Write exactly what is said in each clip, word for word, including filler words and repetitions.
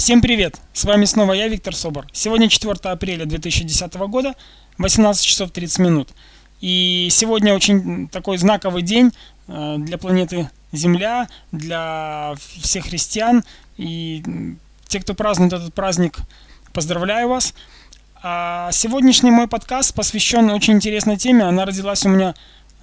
Всем привет! С вами снова я, Виктор Собор. Сегодня четвёртое апреля две тысячи десятого года, восемнадцать часов тридцать минут. И сегодня очень такой знаковый день для планеты Земля, для всех христиан. И те, кто празднует этот праздник, поздравляю вас. А сегодняшний мой подкаст посвящен очень интересной теме. Она родилась у меня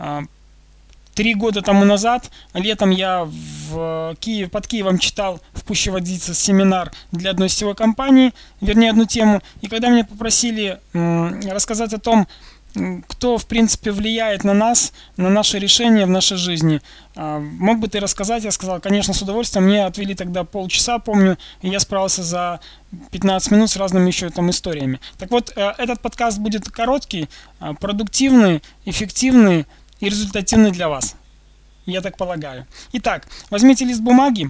Три года тому назад, летом я в Киев, под Киевом читал в Пущеводице семинар для одной сетевой компании, вернее одну тему. И когда меня попросили м, рассказать о том, кто в принципе влияет на нас, на наши решения в нашей жизни, а, мог бы ты рассказать? Я сказал, конечно, с удовольствием. Мне отвели тогда полчаса, помню, и я справился за пятнадцать минут с разными еще там историями. Так вот, этот подкаст будет короткий, продуктивный, эффективный и результативный для вас, я так полагаю. Итак, возьмите лист бумаги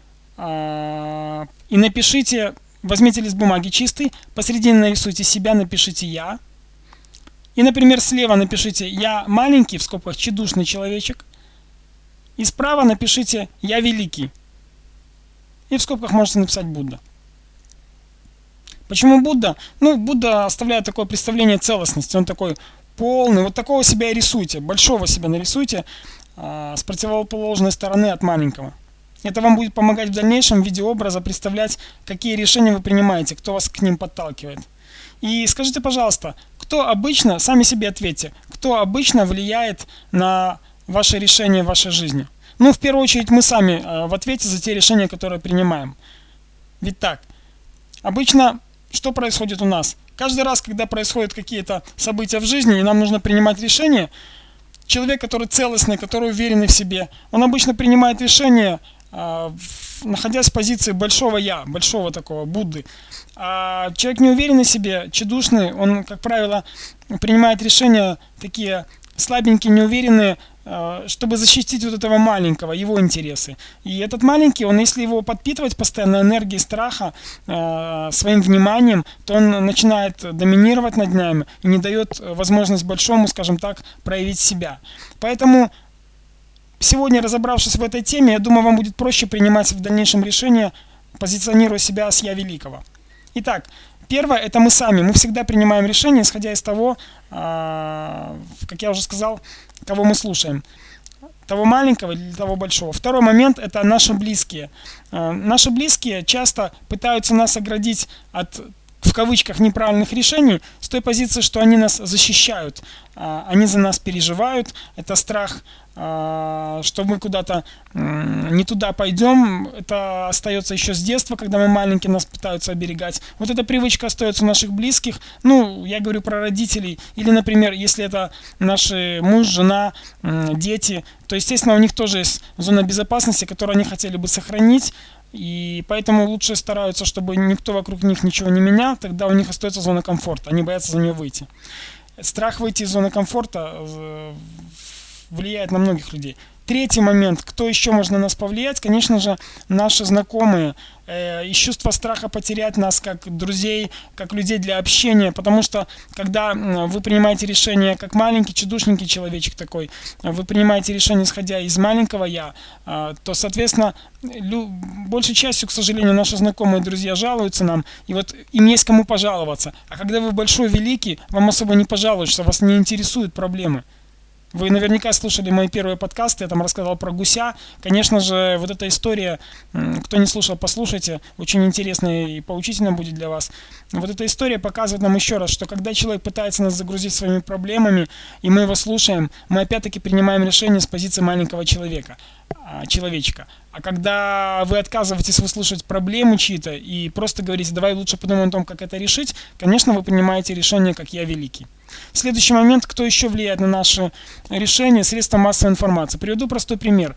э, и напишите, возьмите лист бумаги чистый, посередине нарисуйте себя, напишите «я». И, например, слева напишите «я маленький», в скобках «тщедушный человечек», и справа напишите «я великий». И в скобках можете написать «Будда». Почему Будда? Ну, Будда оставляет такое представление целостности, он такой полный, вот такого себя и рисуйте, большого себя нарисуйте э, с противоположной стороны от маленького. Это вам будет помогать в дальнейшем в виде образа представлять, какие решения вы принимаете, кто вас к ним подталкивает. И скажите, пожалуйста, кто обычно, сами себе ответьте, кто обычно влияет на ваши решения в вашей жизни? Ну, в первую очередь, мы сами э, в ответе за те решения, которые принимаем. Ведь так, обычно что происходит у нас? Каждый раз, когда происходят какие-то события в жизни, и нам нужно принимать решение, человек, который целостный, который уверенный в себе, он обычно принимает решение, э, находясь в позиции большого «я», большого такого Будды. А человек неуверенный в себе, тщедушный, он, как правило, принимает решения такие слабенькие, неуверенные, э, чтобы защитить вот этого маленького, его интересы. И этот маленький, он, если его подпитывать постоянно энергией страха, э, своим вниманием, то он начинает доминировать над нами и не дает возможность большому, скажем так, проявить себя. Поэтому сегодня, разобравшись в этой теме, я думаю, вам будет проще принимать в дальнейшем решения, позиционируя себя с «я великого». Итак, первое, это мы сами. Мы всегда принимаем решения, исходя из того, э, как я уже сказал, кого мы слушаем. Того маленького или того большого. Второй момент, это наши близкие. Э, наши близкие часто пытаются нас оградить от, в кавычках, неправильных решений с той позиции, что они нас защищают. Э, они за нас переживают. Это страх, э, что мы куда-то э, не туда пойдем. Это остается еще с детства, когда мы маленькие, нас пытаются оберегать. Вот эта привычка остается у наших близких. Ну, я говорю про родителей. Или, например, если это наши муж, жена, э, дети, то, естественно, у них тоже есть зона безопасности, которую они хотели бы сохранить. И поэтому лучше стараются, чтобы никто вокруг них ничего не менял, тогда у них остается зона комфорта, они боятся за нее выйти. Страх выйти из зоны комфорта влияет на многих людей. Третий момент, кто еще может на нас повлиять, конечно же, наши знакомые. Э, из чувства страха потерять нас как друзей, как людей для общения, потому что когда вы принимаете решение как маленький, тщедушненький человечек такой, вы принимаете решение, исходя из маленького «я», э, то, соответственно, лю- большей частью, к сожалению, наши знакомые друзья жалуются нам, и вот им есть кому пожаловаться. А когда вы большой, великий, вам особо не пожалуешься, вас не интересуют проблемы. Вы наверняка слушали мои первые подкасты, я там рассказал про гуся. Конечно же, вот эта история, кто не слушал, послушайте, очень интересная и поучительная будет для вас. Вот эта история показывает нам еще раз, что когда человек пытается нас загрузить своими проблемами, и мы его слушаем, мы опять-таки принимаем решение с позиции маленького человека, человечка. А когда вы отказываетесь выслушать проблемы чьи-то и просто говорите, давай лучше подумаем о том, как это решить, конечно, вы принимаете решение, как «я великий». Следующий момент, кто еще влияет на наши решения, средства массовой информации. Приведу простой пример.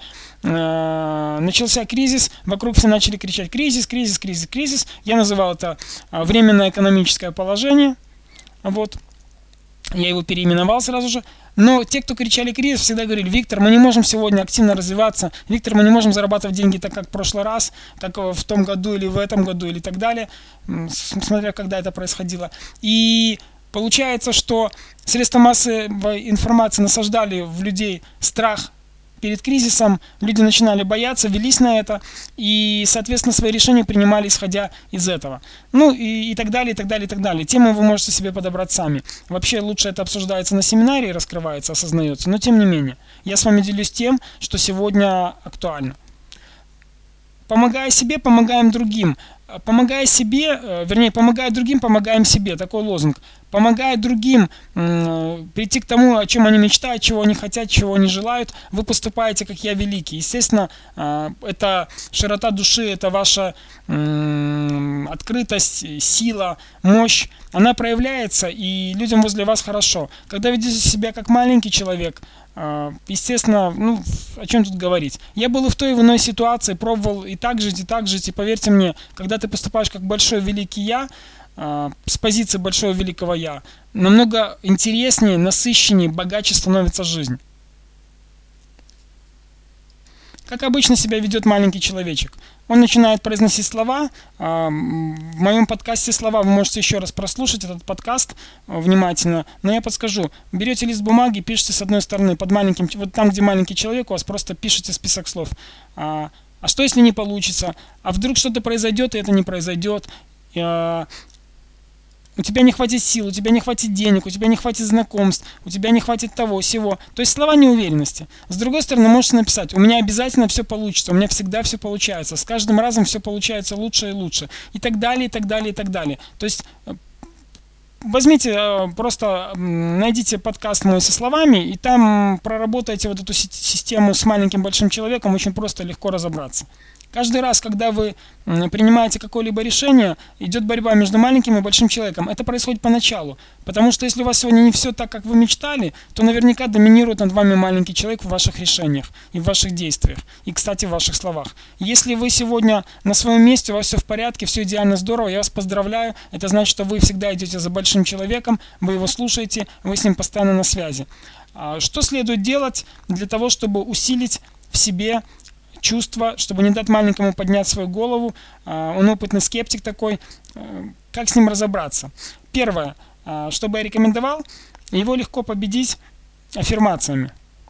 Начался кризис, вокруг все начали кричать «кризис, кризис, кризис, кризис». Я называл это временное экономическое положение. Вот. Я его переименовал сразу же. Но те, кто кричали «кризис», всегда говорили: Виктор, мы не можем сегодня активно развиваться. Виктор, мы не можем зарабатывать деньги так, как в прошлый раз, как в том году или в этом году или так далее, смотря когда это происходило. И получается, что средства массовой информации насаждали в людей страх перед кризисом люди начинали бояться, велись на это и, соответственно, свои решения принимали исходя из этого. Ну и, и так далее, и так далее, и так далее. Тему вы можете себе подобрать сами. Вообще лучше это обсуждается на семинаре, раскрывается, осознается, но тем не менее. Я с вами делюсь тем, что сегодня актуально. Помогая себе, помогаем другим. Помогая себе, вернее, помогая другим, помогаем себе. Такой лозунг. Помогая другим э, прийти к тому, о чем они мечтают, чего они хотят, чего они желают, вы поступаете, как я великий. Естественно, э, это широта души, это ваша э, открытость, сила, мощь. Она проявляется, и людям возле вас хорошо. Когда ведете себя как маленький человек, э, естественно, ну, о чем тут говорить. Я был и в той, и в иной ситуации, пробовал и так жить, и так жить. И поверьте мне, когда ты поступаешь как большой великий я, с позиции большого великого я, намного интереснее, насыщеннее, богаче становится жизнь. Как обычно себя ведет маленький человечек. Он начинает произносить слова. В моем подкасте слова вы можете еще раз прослушать этот подкаст внимательно. Но я подскажу. Берете лист бумаги, пишите с одной стороны под маленьким, вот там, где маленький человек, у вас просто пишите список слов. А что если не получится? А вдруг что-то произойдет, и это не произойдет? У тебя не хватит сил, у тебя не хватит денег, у тебя не хватит знакомств, у тебя не хватит того, сего. То есть слова неуверенности. С другой стороны, можете написать: у меня обязательно все получится, у меня всегда все получается, с каждым разом все получается лучше и лучше. И так далее, и так далее, и так далее. То есть возьмите, просто найдите подкаст мой со словами, и там проработайте вот эту систему с маленьким большим человеком, очень просто, легко разобраться. Каждый раз, когда вы принимаете какое-либо решение, идет борьба между маленьким и большим человеком. Это происходит поначалу. Потому что если у вас сегодня не все так, как вы мечтали, то наверняка доминирует над вами маленький человек в ваших решениях и в ваших действиях. И, кстати, в ваших словах. Если вы сегодня на своем месте, у вас все в порядке, все идеально здорово, я вас поздравляю. Это значит, что вы всегда идете за большим человеком, вы его слушаете, вы с ним постоянно на связи. Что следует делать для того, чтобы усилить в себе чувство, чтобы не дать маленькому поднять свою голову? Он опытный скептик такой. Как с ним разобраться? Первое, что бы я рекомендовал, его легко победить аффирмациями.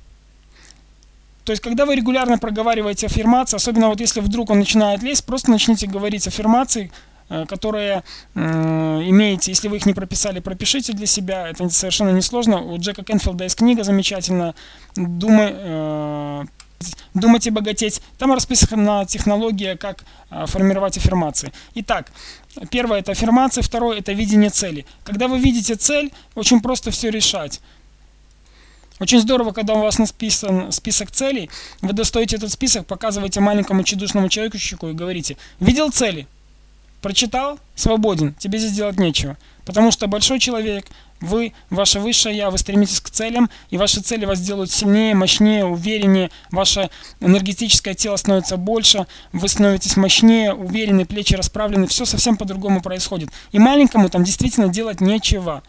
То есть, когда вы регулярно проговариваете аффирмации, особенно вот если вдруг он начинает лезть, просто начните говорить аффирмации, которые э, имеете. Если вы их не прописали, пропишите для себя. Это совершенно несложно. У Джека Кенфилда есть книга замечательная «Думай, э, «Думать и богатеть». Там расписана технология, как э, формировать аффирмации. Итак, первое – это аффирмации, второе – это видение цели. Когда вы видите цель, очень просто все решать. Очень здорово, когда у вас написан список целей, вы достаете этот список, показываете маленькому чудушному человечку и говорите: «Видел цели? Прочитал? Свободен. Тебе здесь делать нечего». Потому что большой человек, вы, ваше высшее я, вы стремитесь к целям, и ваши цели вас делают сильнее, мощнее, увереннее, ваше энергетическое тело становится больше, вы становитесь мощнее, увереннее, плечи расправлены, все совсем по-другому происходит. И маленькому там действительно делать нечего.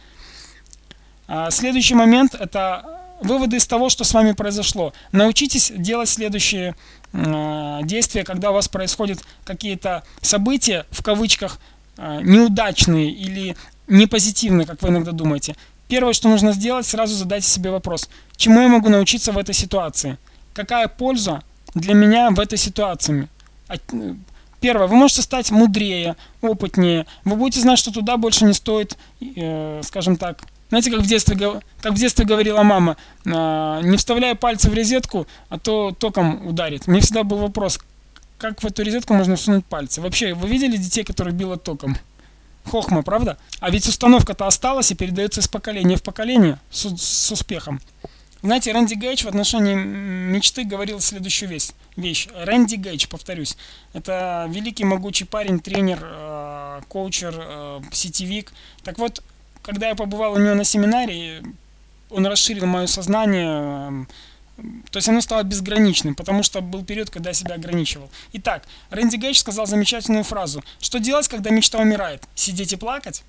А следующий момент – это выводы из того, что с вами произошло. Научитесь делать следующие э, действия, когда у вас происходят какие-то события, в кавычках, э, неудачные или не позитивные, как вы иногда думаете. Первое, что нужно сделать, сразу задайте себе вопрос: чему я могу научиться в этой ситуации? Какая польза для меня в этой ситуации? Первое, вы можете стать мудрее, опытнее. Вы будете знать, что туда больше не стоит, э, скажем так, знаете, как в детстве, как в детстве говорила мама: не вставляй пальцы в розетку, а то током ударит. Мне всегда был вопрос: как в эту розетку можно всунуть пальцы? Вообще, вы видели детей, которых било током? Хохма, правда? А ведь установка-то осталась и передается из поколения в поколение с, с успехом. Знаете, Рэнди Гейдж в отношении мечты говорил следующую вещь. вещь. Рэнди Гейдж, повторюсь, это великий могучий парень, тренер, э, коучер, э, сетевик. Так вот, когда я побывал у него на семинаре, он расширил мое сознание, то есть оно стало безграничным, потому что был период, когда я себя ограничивал. Итак, Рэнди Гейдж сказал замечательную фразу: что делать, когда мечта умирает? Сидеть и плакать?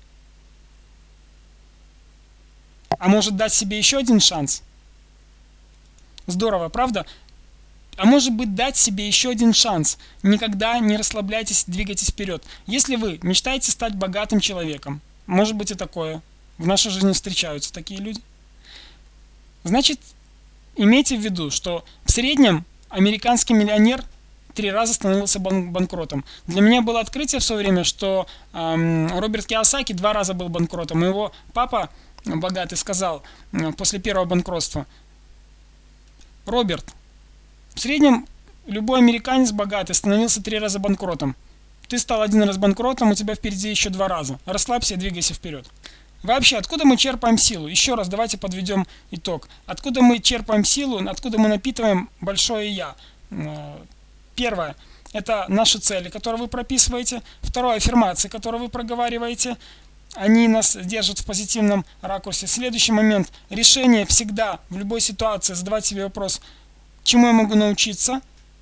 А может дать себе еще один шанс? Здорово, правда? А может быть, дать себе еще один шанс. Никогда не расслабляйтесь, двигайтесь вперед. Если вы мечтаете стать богатым человеком, может быть и такое, в нашей жизни встречаются такие люди, значит, имейте в виду, что в среднем американский миллионер три раза становился бан банкротом. Для меня было открытие в свое время, что эм, Роберт Кийосаки два раза был банкротом. И его папа богатый сказал э, после первого банкротства: Роберт, в среднем любой американец богатый становился три раза банкротом. Ты стал один раз банкротом, у тебя впереди еще два раза. Расслабься и двигайся вперед. Вообще, откуда мы черпаем силу? Еще раз давайте подведем итог. Откуда мы черпаем силу, откуда мы напитываем большое «Я»? Первое – это наши цели, которые вы прописываете. Второе – аффирмации, которые вы проговариваете. Они нас держат в позитивном ракурсе. Следующий момент – решение всегда, в любой ситуации, задавать себе вопрос, чему я могу научиться.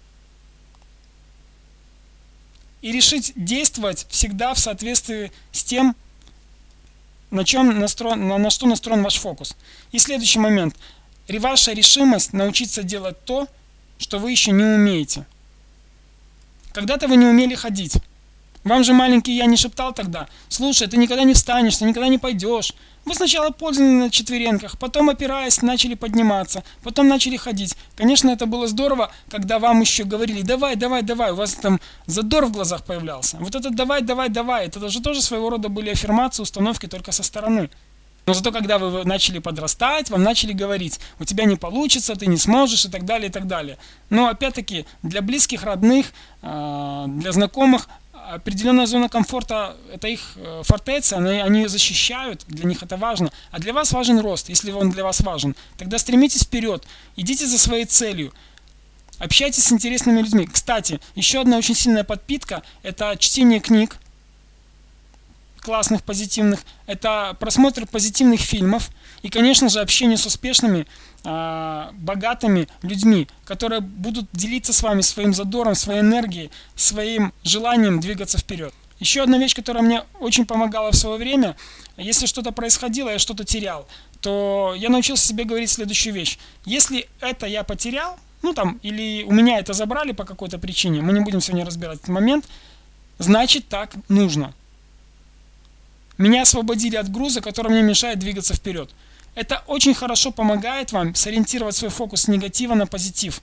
И решить действовать всегда в соответствии с тем, на, чем настроен, на, на что настроен ваш фокус. И следующий момент – ваша решимость научиться делать то, что вы еще не умеете. Когда-то вы не умели ходить. Вам же маленький я не шептал тогда: слушай, ты никогда не встанешь, ты никогда не пойдешь. Вы сначала ползали на четвереньках, потом, опираясь, начали подниматься, потом начали ходить. Конечно, это было здорово, когда вам еще говорили: давай, давай, давай, у вас там задор в глазах появлялся. Вот это давай, давай, давай, это же тоже своего рода были аффирмации, установки только со стороны. Но зато когда вы начали подрастать, вам начали говорить: у тебя не получится, ты не сможешь и так далее, и так далее. Но опять-таки для близких, родных, для знакомых определенная зона комфорта – это их фортеца, они, они ее защищают, для них это важно. А для вас важен рост, если он для вас важен. Тогда стремитесь вперед, идите за своей целью, общайтесь с интересными людьми. Кстати, еще одна очень сильная подпитка – это чтение книг классных, позитивных, это просмотр позитивных фильмов и, конечно же, общение с успешными, э, богатыми людьми, которые будут делиться с вами своим задором, своей энергией, своим желанием двигаться вперед. Еще одна вещь, которая мне очень помогала в свое время: если что-то происходило, я что-то терял, то я научился себе говорить следующую вещь: если это я потерял, ну там, или у меня это забрали по какой-то причине, мы не будем сегодня разбирать этот момент, значит так нужно. Меня освободили от груза, который мне мешает двигаться вперед. Это очень хорошо помогает вам сориентировать свой фокус с негатива на позитив.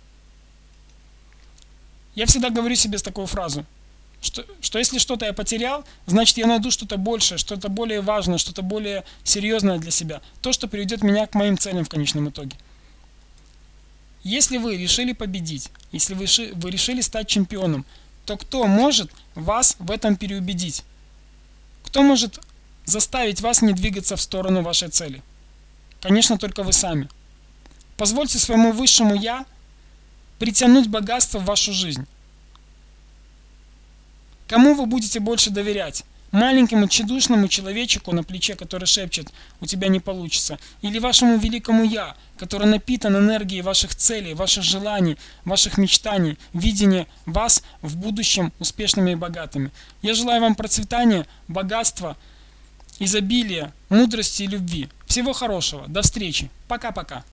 Я всегда говорю себе такую фразу, что, что если что-то я потерял, значит я найду что-то большее, что-то более важное, что-то более серьезное для себя. То, что приведет меня к моим целям в конечном итоге. Если вы решили победить, если вы, вы решили стать чемпионом, то кто может вас в этом переубедить? Кто может заставить вас не двигаться в сторону вашей цели? Конечно, только вы сами. Позвольте своему высшему «Я» притянуть богатство в вашу жизнь. Кому вы будете больше доверять? Маленькому тщедушному человечеку на плече, который шепчет: у тебя не получится, или вашему великому «Я», который напитан энергией ваших целей, ваших желаний, ваших мечтаний, видения вас в будущем успешными и богатыми. Я желаю вам процветания, богатства, изобилия, мудрости и любви. Всего хорошего. До встречи. Пока-пока.